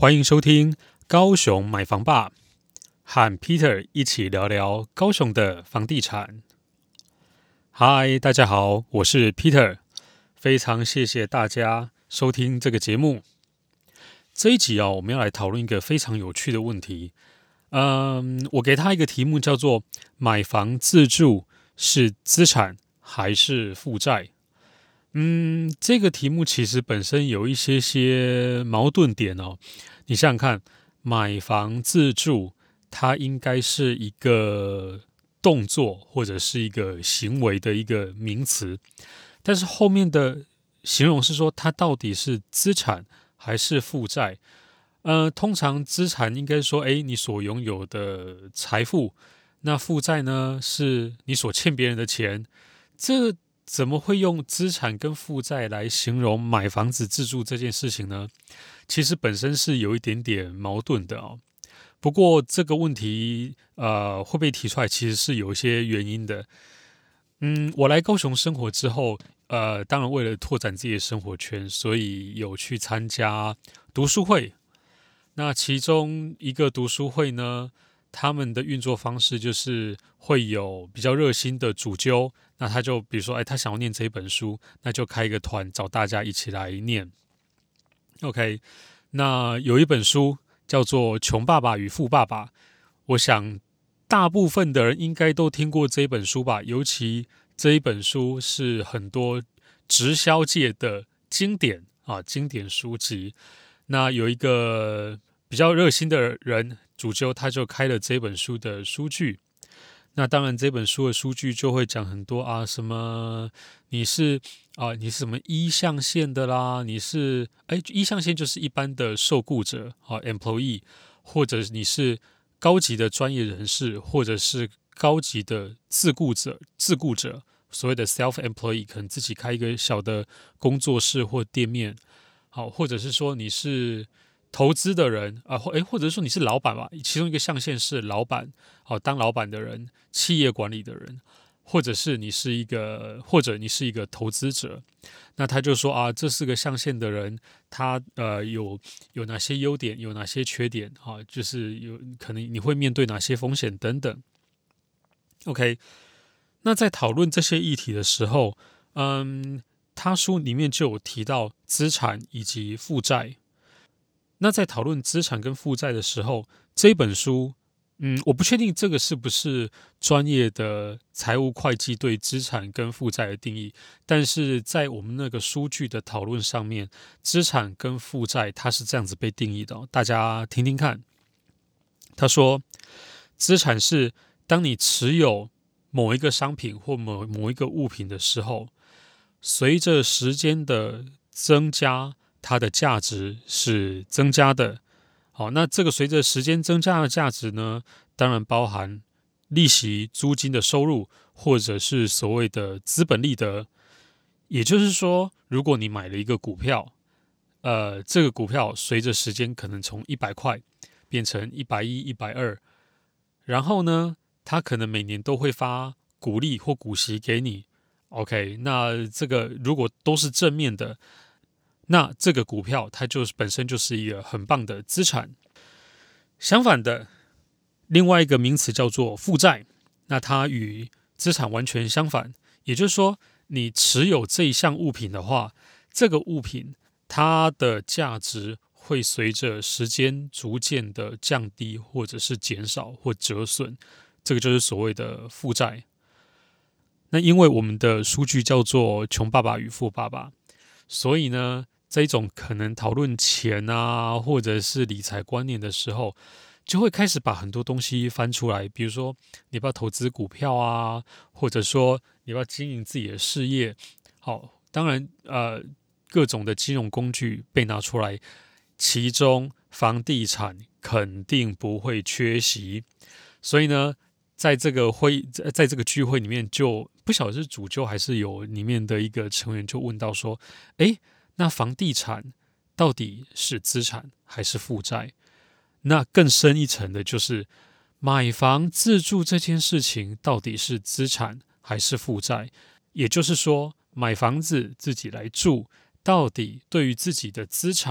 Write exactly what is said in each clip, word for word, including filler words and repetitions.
欢迎收听高雄买房吧，和 Peter 一起聊聊高雄的房地产。嗨，大家好，我是 Peter， 非常谢谢大家收听这个节目。这一集啊，我们要来讨论一个非常有趣的问题。嗯，我给他一个题目叫做买房自住是资产还是负债？嗯，这个题目其实本身有一些些矛盾点哦。你想想看，买房自住，它应该是一个动作或者是一个行为的一个名词，但是后面的形容是说它到底是资产还是负债？呃，通常资产应该说，哎，你所拥有的财富，那负债呢是你所欠别人的钱，这怎么会用资产跟负债来形容买房子自住这件事情呢？其实本身是有一点点矛盾的哦。不过这个问题呃会被提出来，其实是有一些原因的。嗯，我来高雄生活之后，呃，当然为了拓展自己的生活圈，所以有去参加读书会。那其中一个读书会呢，他们的运作方式就是会有比较热心的主揪，那他就比如说，哎，他想要念这一本书，那就开一个团，找大家一起来念。OK，那有一本书叫做《穷爸爸与富爸爸》，我想大部分的人应该都听过这一本书吧，尤其这一本书是很多直销界的经典啊，经典书籍。那有一个比较热心的人主揪，他就开了这本书的书句。那当然，这本书的书句就会讲很多啊，什么你是啊，你是什么一象限的啦，你是哎一象限就是一般的受雇者啊 employee， 或者你是高级的专业人士，或者是高级的自雇者，自雇者所谓的 self employee， 可能自己开一个小的工作室或店面，好，或者是说你是投资的人啊，或诶，或者说你是老板吧，其中一个象限是老板，好，当老板的人，企业管理的人，或者是你是一个，或者你是一个投资者，那他就说啊，这四个象限的人，他呃有有哪些优点，有哪些缺点，啊，就是有可能你会面对哪些风险等等。OK，那在讨论这些议题的时候，嗯，他书里面就有提到资产以及负债。那在讨论资产跟负债的时候，这本书，嗯，我不确定这个是不是专业的财务会计对资产跟负债的定义，但是在我们那个书句的讨论上面，资产跟负债它是这样子被定义的哦，大家听听看。他说，资产是当你持有某一个商品或某某一个物品的时候，随着时间的增加，它的价值是增加的。好，那这个随着时间增加的价值呢，当然包含利息、租金的收入，或者是所谓的资本利得。也就是说，如果你买了一个股票，呃，这个股票随着时间可能从一百块变成一百一、一百二，然后呢，它可能每年都会发股利或股息给你。OK，那这个如果都是正面的，那这个股票它就本身就是一个很棒的资产。相反的，另外一个名词叫做负债，那它与资产完全相反。也就是说，你持有这一项物品的话，这个物品它的价值会随着时间逐渐的降低，或者是减少或折损，这个就是所谓的负债。那因为我们的书句叫做《穷爸爸与富爸爸》，所以呢，这一种可能讨论钱啊，或者是理财观念的时候，就会开始把很多东西翻出来，比如说你要不要投资股票啊，或者说你要不要经营自己的事业。好，当然呃，各种的金融工具被拿出来，其中房地产肯定不会缺席。所以呢，在这个会在这个聚会里面，就不晓得是主揪还是有里面的一个成员就问到说，诶，那房地产到底是资产还是负债？那更深一层的就是买房自住这件事情到底是资产还是负债？也就是说，买房子自己来住，到底对于自己的资产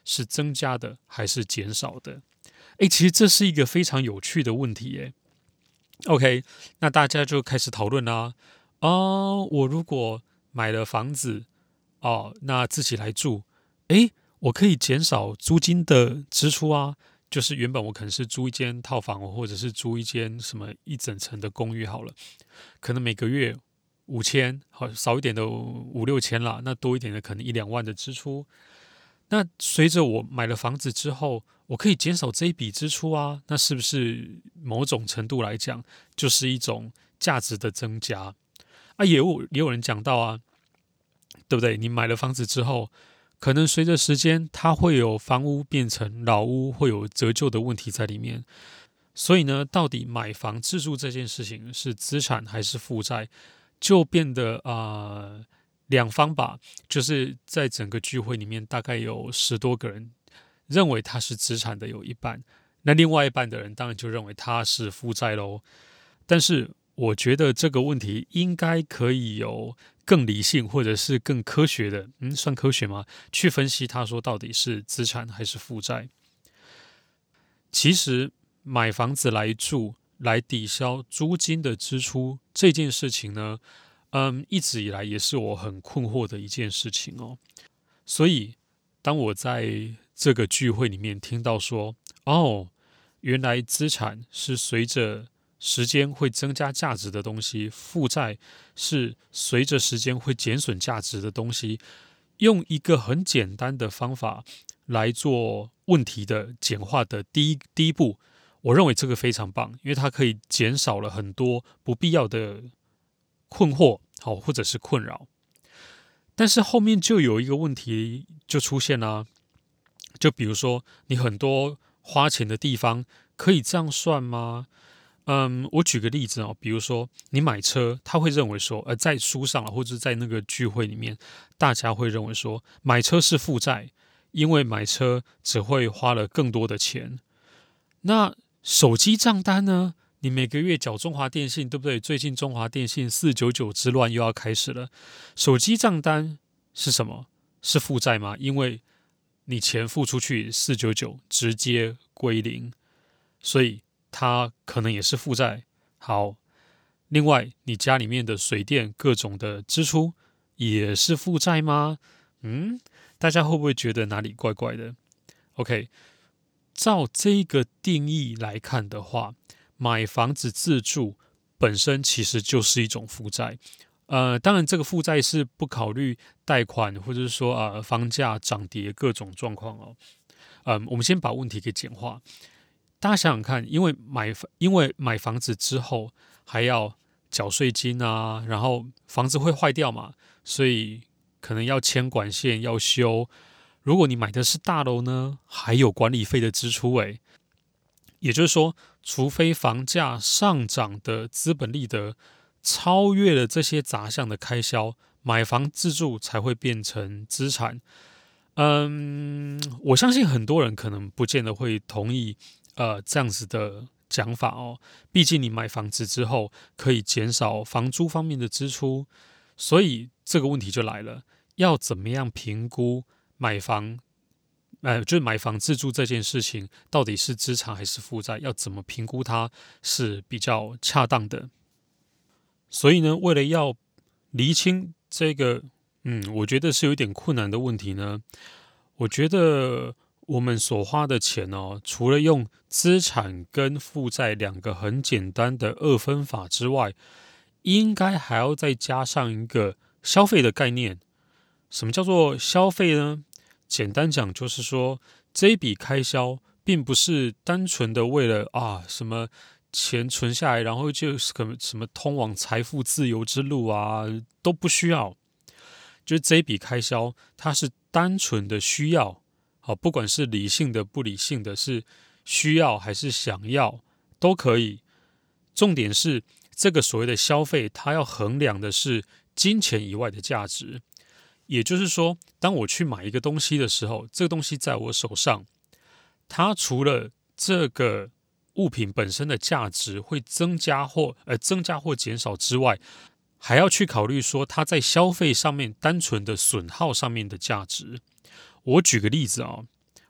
是增加的还是减少的？诶，其实这是一个非常有趣的问题耶。OK，那大家就开始讨论啦。哦，我如果买了房子，哦，那自己来住，诶，我可以减少租金的支出啊。就是原本我可能是租一间套房，或者是租一间什么一整层的公寓好了，可能每个月五千，好少一点的五六千啦，那多一点的可能一两万的支出。那随着我买了房子之后，我可以减少这一笔支出啊，那是不是某种程度来讲，就是一种价值的增加啊？也有也有人讲到啊，对不对？你买了房子之后，可能随着时间，它会有房屋变成老屋，会有折旧的问题在里面。所以呢，到底买房自住这件事情是资产还是负债，就变得啊、呃、两方吧。就是在整个聚会里面，大概有十多个人认为它是资产的有一半，那另外一半的人当然就认为它是负债喽。但是我觉得这个问题应该可以有更理性或者是更科学的，嗯，算科学吗？去分析它说到底是资产还是负债。其实买房子来住，来抵消租金的支出这件事情呢，嗯，一直以来也是我很困惑的一件事情哦。所以，当我在这个聚会里面听到说，哦，原来资产是随着时间会增加价值的东西，负债是随着时间会减损价值的东西，用一个很简单的方法来做问题的简化的第一第一步，我认为这个非常棒，因为它可以减少了很多不必要的困惑，好，或者是困扰。但是后面就有一个问题就出现啦，就比如说你很多花钱的地方可以这样算吗？嗯，我举个例子哦，比如说你买车，他会认为说，呃，在书上或者在那个聚会里面，大家会认为说，买车是负债，因为买车只会花了更多的钱。那手机账单呢？你每个月缴中华电信，对不对？最近中华电信四九九之乱又要开始了。手机账单是什么？是负债吗？因为你钱付出去四九九直接归零，所以它可能也是负债。好，另外你家里面的水电各种的支出也是负债吗？嗯，大家会不会觉得哪里怪怪的 ？OK，照这个定义来看的话，买房子自住本身其实就是一种负债。呃，当然，这个负债是不考虑贷款或者是说呃房价涨跌各种状况哦。嗯，我们先把问题给简化。大家想想看，因为买因为买房子之后还要缴税金啊，然后房子会坏掉嘛，所以可能要牵管线要修。如果你买的是大楼呢，还有管理费的支出诶。也就是说，除非房价上涨的资本利得超越了这些杂项的开销，买房自住才会变成资产。嗯，我相信很多人可能不见得会同意呃这样子的讲法哦。毕竟你买房子之后可以减少房租方面的支出，所以这个问题就来了：要怎么样评估买房？呃，就是买房自住这件事情到底是资产还是负债？要怎么评估它是比较恰当的？所以呢，为了要厘清这个，嗯，我觉得是有点困难的问题呢。我觉得我们所花的钱哦，除了用资产跟负债两个很简单的二分法之外，应该还要再加上一个消费的概念。什么叫做消费呢？简单讲就是说，这一笔开销并不是单纯的为了啊什么钱存下来，然后就是可什么通往财富自由之路啊都不需要。就是这一笔开销，它是单纯的需要，好，不管是理性的、不理性的，是需要还是想要，都可以。重点是这个所谓的消费，它要衡量的是金钱以外的价值。也就是说，当我去买一个东西的时候，这个东西在我手上，它除了这个物品本身的价值会增加或呃增加或减少之外，还要去考虑说它在消费上面单纯的损耗上面的价值。我举个例子啊、哦，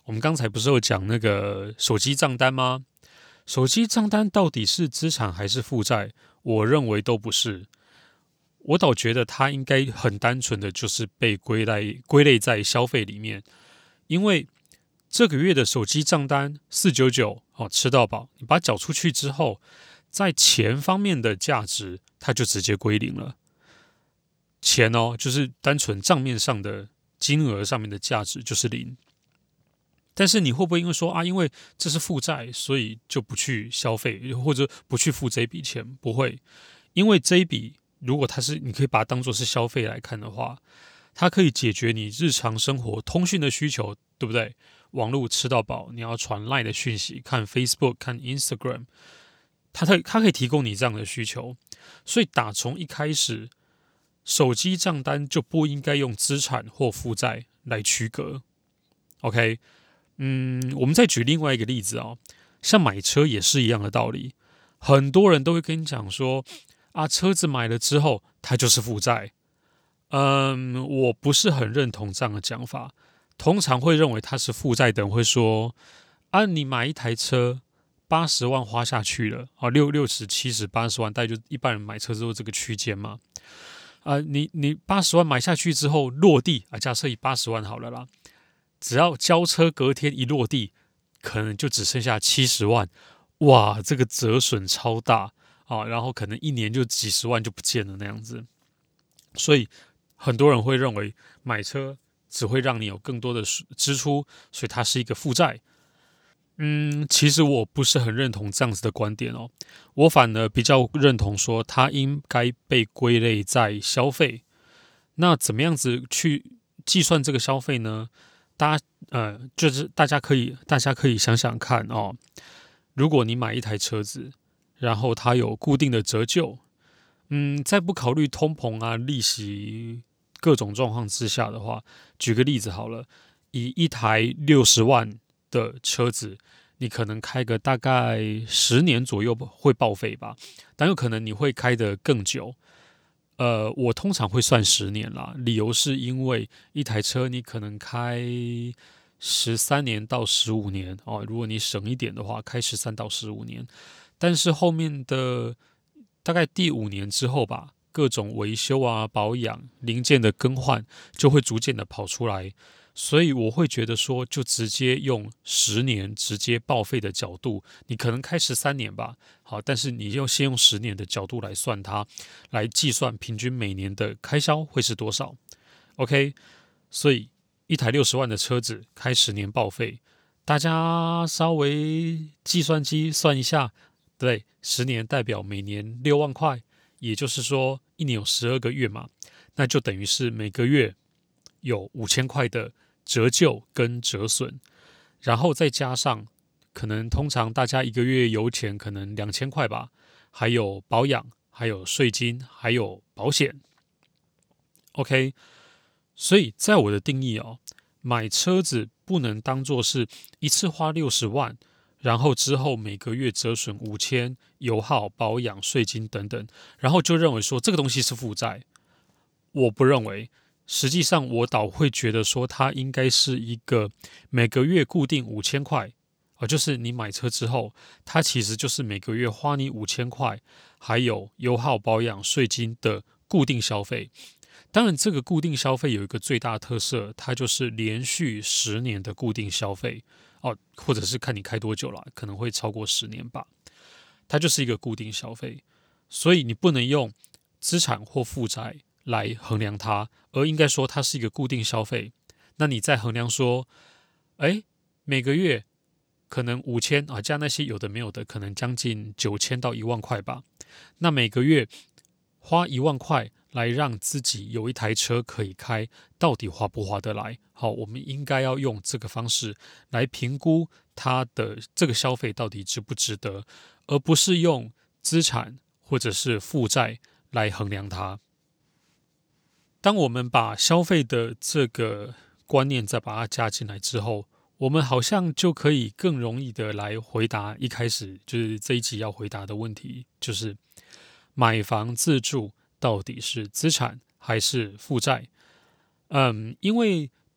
我们刚才不是有讲那个手机账单吗？手机账单到底是资产还是负债？我认为都不是。我倒觉得它应该很单纯的就是被归类归类在消费里面，因为这个月的手机账单四百九十九哦，吃到饱，你把它缴出去之后，在钱方面的价值，它就直接归零了。钱哦，就是单纯账面上的金额上面的价值就是零。但是你会不会因为说啊，因为这是负债，所以就不去消费，或者不去付这一笔钱？不会，因为这一笔如果它是你可以把它当作是消费来看的话，它可以解决你日常生活通讯的需求，对不对？网络吃到饱，你要传 LINE 的讯息，看 Facebook， 看 Instagram， 它可它可以提供你这样的需求，所以打从一开始，手机账单就不应该用资产或负债来区隔。OK。嗯，我们再举另外一个例子哦，像买车也是一样的道理。很多人都会跟你讲说，啊，车子买了之后，它就是负债。嗯，我不是很认同这样的讲法。通常会认为它是负债的人会说，啊，你买一台车，八十万花下去了，啊，六六十、七十、八十万，大概就一般人买车之后这个区间嘛。啊，你你八十万买下去之后落地啊，假设以八十万好了啦。只要交车隔天一落地，可能就只剩下七十万，哇，这个折损超大啊！然后可能一年就几十万就不见了那样子，所以很多人会认为买车只会让你有更多的支出，所以它是一个负债。嗯，其实我不是很认同这样子的观点哦，我反而比较认同说它应该被归类在消费。那怎么样子去计算这个消费呢？大家呃，就是大家可以大家可以想想看哦，如果你买一台车子，然后它有固定的折旧，嗯，在不考虑通膨啊、利息各种状况之下的话，举个例子好了，以一台六十万的车子，你可能开个大概十年左右会报废吧，但有可能你会开得更久。呃，我通常会算十年啦，理由是因为一台车你可能开十三年到十五年哦，如果你省一点的话，开十三到十五年，但是后面的大概第五年之后吧，各种维修啊、保养、零件的更换就会逐渐的跑出来，所以我会觉得说，就直接用十年直接报废的角度，你可能开十三年吧，好，但是你要先用十年的角度来算它，来计算平均每年的开销会是多少。OK， 所以一台六十万的车子开十年报废，大家稍微计算机算一下，对，十年代表每年六万块，也就是说一年有十二个月嘛，那就等于是每个月有五千块的折旧跟折损，然后再加上可能通常大家一个月油钱可能两千块吧，还有保养，还有税金，还有保险。OK， 所以在我的定义哦，买车子不能当作是一次花六十万，然后之后每个月折损五千，油耗、保养、税金等等，然后就认为说这个东西是负债。我不认为。实际上，我倒会觉得说，它应该是一个每个月固定五千块，啊，就是你买车之后，它其实就是每个月花你五千块，还有油耗、保养、税金的固定消费。当然，这个固定消费有一个最大的特色，它就是连续十年的固定消费哦，或者是看你开多久了，可能会超过十年吧。它就是一个固定消费，所以你不能用资产或负债来衡量它，而应该说它是一个固定消费。那你再衡量说，哎，每个月可能五千啊，加那些有的没有的，可能将近九千到一万块吧。那每个月花一万块来让自己有一台车可以开，到底划不划得来？好，我们应该要用这个方式来评估它的这个消费到底值不值得，而不是用资产或者是负债来衡量它。当我们把消费的这个观念再把它加进来之后，我们好像就可以更容易的来回答一开始就是这一集要回答的问题，就是买房自住到底是资产还是负债？嗯，因为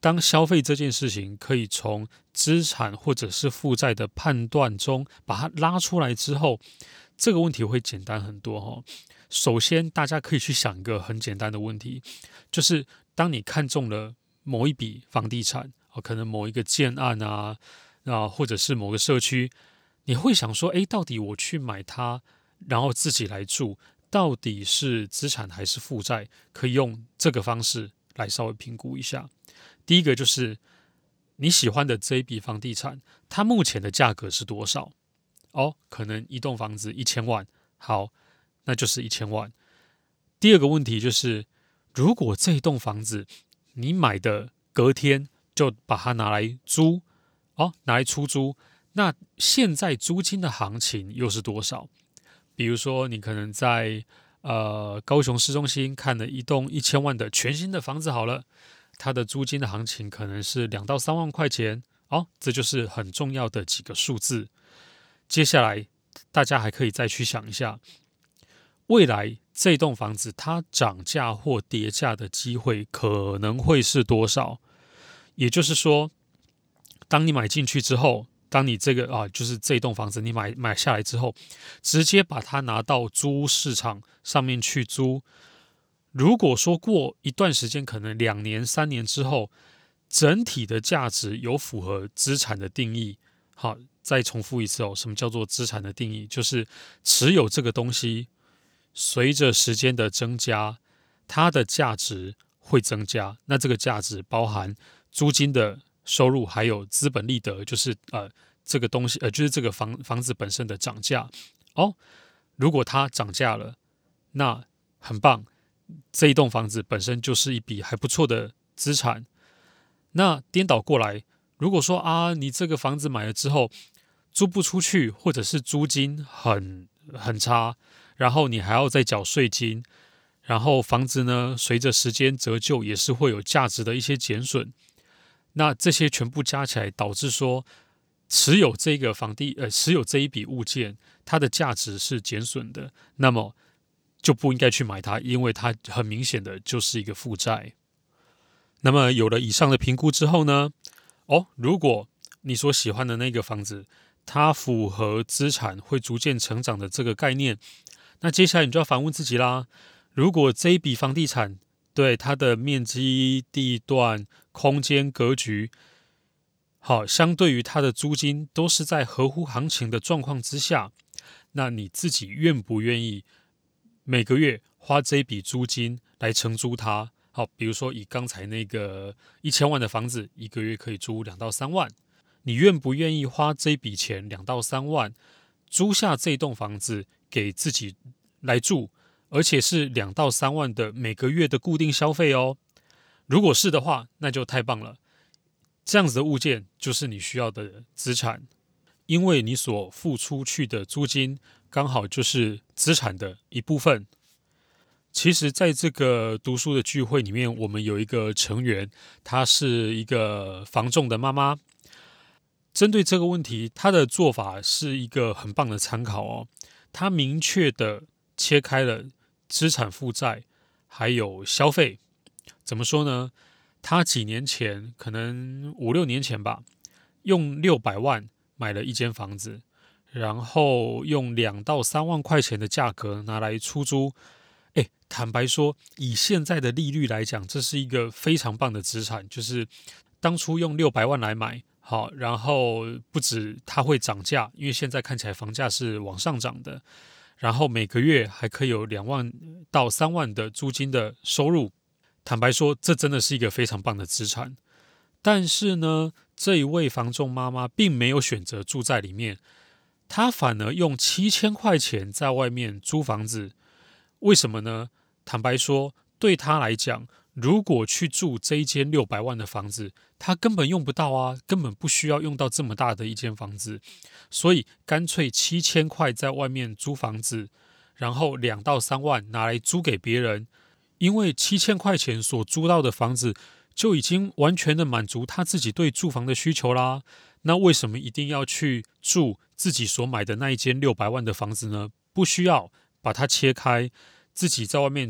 当消费这件事情可以从资产或者是负债的判断中把它拉出来之后，这个问题会简单很多哦。首先，大家可以去想一个很简单的问题，就是当你看中了某一笔房地产，可能某一个建案啊，啊，或者是某个社区，你会想说，哎，到底我去买它，然后自己来住，到底是资产还是负债？可以用这个方式来稍微评估一下。第一个就是你喜欢的这一笔房地产，它目前的价格是多少？哦，可能一栋房子一千万，好，那就是一千万。第二个问题就是，如果这一栋房子你买的隔天就把它拿来租，哦，拿来出租，那现在租金的行情又是多少？比如说，你可能在呃高雄市中心看了一栋一千万的全新的房子，好了。它的租金的行情可能是两到三万块钱，哦，这就是很重要的几个数字。接下来，大家还可以再去想一下，未来这栋房子它涨价或跌价的机会可能会是多少？也就是说，当你买进去之后，当你这个啊，就是这栋房子你买买下来之后，直接把它拿到租屋市场上面去租。如果说过一段时间，可能两年、三年之后，整体的价值有符合资产的定义。好，再重复一次哦，什么叫做资产的定义？就是持有这个东西，随着时间的增加，它的价值会增加。那这个价值包含租金的收入，还有资本利得，就是呃这个东西呃就是这个房房子本身的涨价。哦，如果它涨价了，那很棒。这一栋房子本身就是一笔还不错的资产。那颠倒过来，如果说啊，你这个房子买了之后租不出去，或者是租金很很差，然后你还要再缴税金，然后房子呢随着时间折旧也是会有价值的一些减损。那这些全部加起来，导致说持有这个房地呃持有这一笔物件，它的价值是减损的。那么就不应该去买它，因为它很明显的就是一个负债。那么有了以上的评估之后呢，哦，如果你所喜欢的那个房子，它符合资产会逐渐成长的这个概念，那接下来你就要反问自己啦：如果这一笔房地产对它的面积、地段、空间、格局，好，相对于它的租金都是在合乎行情的状况之下，那你自己愿不愿意每个月花这一笔租金来承租它？好，比如说以刚才那个一千万的房子，一个月可以租两到三万，你愿不愿意花这笔钱两到三万租下这栋房子给自己来住，而且是两到三万的每个月的固定消费哦？如果是的话，那就太棒了。这样子的物件就是你需要的资产，因为你所付出去的租金刚好就是资产的一部分。其实在这个读书的聚会里面，我们有一个成员，她是一个房仲的妈妈。针对这个问题，她的做法是一个很棒的参考哦。她明确的切开了资产负债还有消费。怎么说呢？她几年前，可能五六年前吧，用六百万买了一间房子，然后用两到三万块钱的价格拿来出租。哎，坦白说，以现在的利率来讲，这是一个非常棒的资产。就是当初用六百万来买，好，然后不止它会涨价，因为现在看起来房价是往上涨的，然后每个月还可以有两万到三万的租金的收入。坦白说，这真的是一个非常棒的资产。但是呢，这一位房仲妈妈并没有选择住在里面，她反而用七千块钱在外面租房子。为什么呢？坦白说，对她来讲，如果去住这一间六百万的房子，她根本用不到啊，根本不需要用到这么大的一间房子，所以干脆七千块在外面租房子，然后两到三万拿来租给别人，因为七千块钱所租到的房子就已经完全的满足他自己对住房的需求啦。那为什么一定要去住自己所买的那一间六百万的房子呢？不需要，把它切开，自己在外面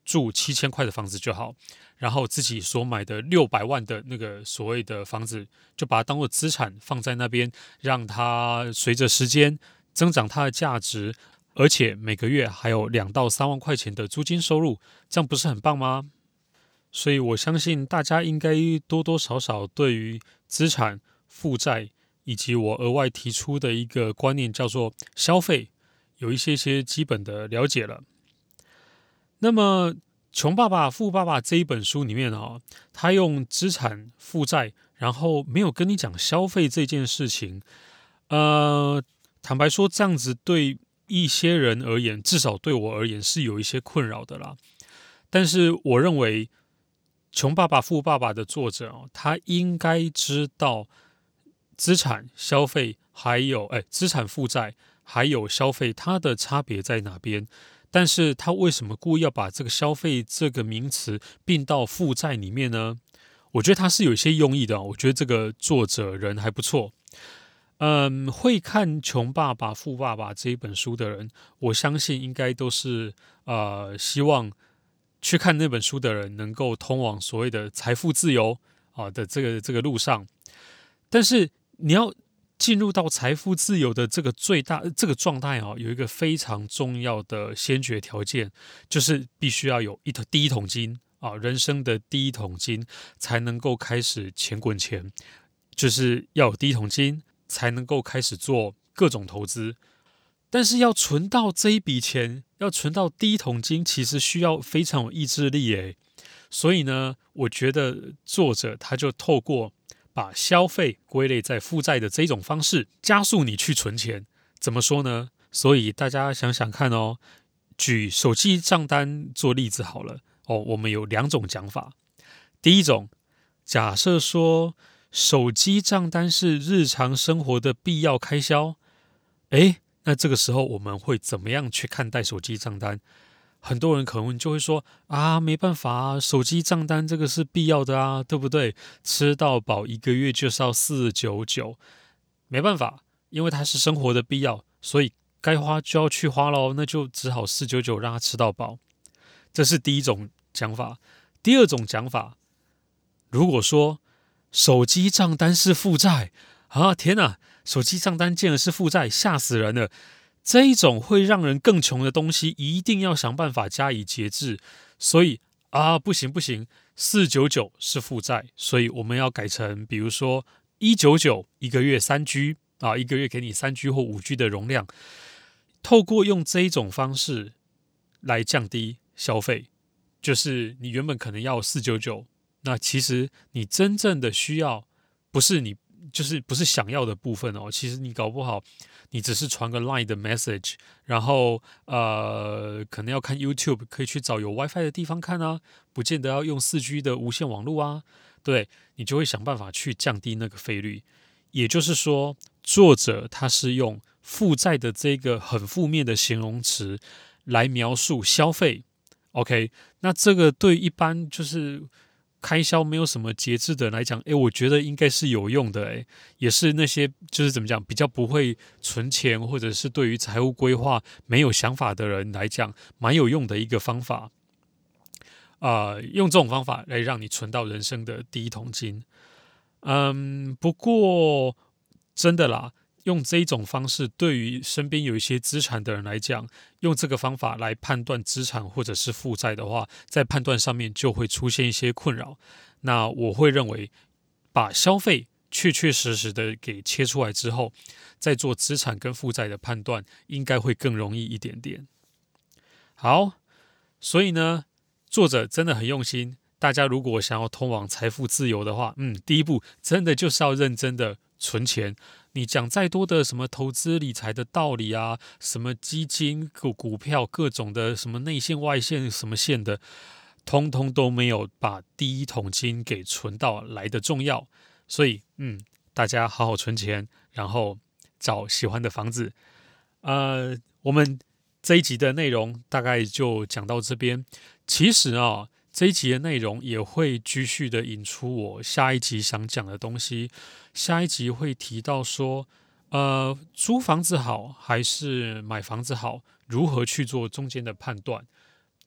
住七千块的房子就好，然后自己所买的六百万的那个所谓的房子，就把它当做资产放在那边，让它随着时间增长它的价值，而且每个月还有两到三万块钱的租金收入，这样不是很棒吗？所以我相信大家应该多多少少对于资产、负债以及我额外提出的一个观念叫做消费，有一些些基本的了解了。那么《穷爸爸富爸爸》这一本书里面啊，他用资产负债，然后没有跟你讲消费这件事情。呃，坦白说，这样子对一些人而言，至少对我而言是有一些困扰的啦。但是我认为，《穷爸爸富爸爸》的作者哦，他应该知道资产、消费，还有哎，资产负债还有消费，它的差别在哪边？但是他为什么故意要把这个消费这个名词并到负债里面呢？我觉得他是有一些用意的。我觉得这个作者人还不错。嗯，会看《穷爸爸富爸爸》这一本书的人，我相信应该都是呃希望去看那本书的人能够通往所谓的财富自由啊的这个这个路上。但是你要进入到财富自由的这个最大这个状态啊，有一个非常重要的先决条件，就是必须要有一桶第一桶金啊，人生的第一桶金才能够开始钱滚钱，就是要有第一桶金才能够开始做各种投资。但是要存到这一笔钱，要存到第一桶金，其实需要非常有意志力诶。所以呢，我觉得作者他就透过把消费归类在负债的这种方式，加速你去存钱。怎么说呢？所以大家想想看哦，举手机账单做例子好了哦。我们有两种讲法。第一种，假设说手机账单是日常生活的必要开销，诶，那这个时候我们会怎么样去看待手机账单？很多人可能就会说啊，没办法啊，手机账单这个是必要的啊，对不对？吃到饱一个月就是要四九九，没办法，因为它是生活的必要，所以该花就要去花咯，那就只好四九九让他吃到饱。这是第一种讲法。第二种讲法，如果说手机账单是负债啊，天哪，手机账单竟然是负债，吓死人了。这一种会让人更穷的东西，一定要想办法加以节制。所以啊，不行不行，四九九是负债，所以我们要改成，比如说一九九一个月三 G 啊，一个月给你三 G 或五 G 的容量。透过用这一种方式来降低消费，就是你原本可能要四九九，那其实你真正的需要不是你。就是不是想要的部分哦，其实你搞不好，你只是传个 Line 的 message， 然后呃，可能要看 YouTube， 可以去找有 WiFi 的地方看啊，不见得要用四 G 的无线网络啊，对，你就会想办法去降低那个费率。也就是说，作者他是用负债的这个很负面的形容词来描述消费。OK， 那这个对一般就是开销没有什么节制的人来讲，诶，我觉得应该是有用的，诶，也是那些就是怎么讲，比较不会存钱，或者是对于财务规划没有想法的人来讲，蛮有用的一个方法。呃，用这种方法来让你存到人生的第一桶金。嗯，不过真的啦，用这一种方式，对于身边有一些资产的人来讲，用这个方法来判断资产或者是负债的话，在判断上面就会出现一些困扰。那我会认为，把消费确确实实的给切出来之后，再做资产跟负债的判断，应该会更容易一点点。好，所以呢，作者真的很用心。大家如果想要通往财富自由的话，嗯，第一步真的就是要认真的存钱。你讲再多的什么投资理财的道理啊，什么基金、股股票各种的什么内线外线什么线的，通通都没有把第一桶金给存到来的重要。所以，嗯，大家好好存钱，然后找喜欢的房子。呃，我们这一集的内容大概就讲到这边。其实啊，这一集的内容也会继续的引出我下一集想讲的东西。下一集会提到说，呃，租房子好还是买房子好，如何去做中间的判断。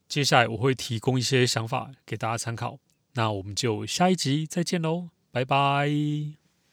接下来我会提供一些想法给大家参考。那我们就下一集再见喽，拜拜。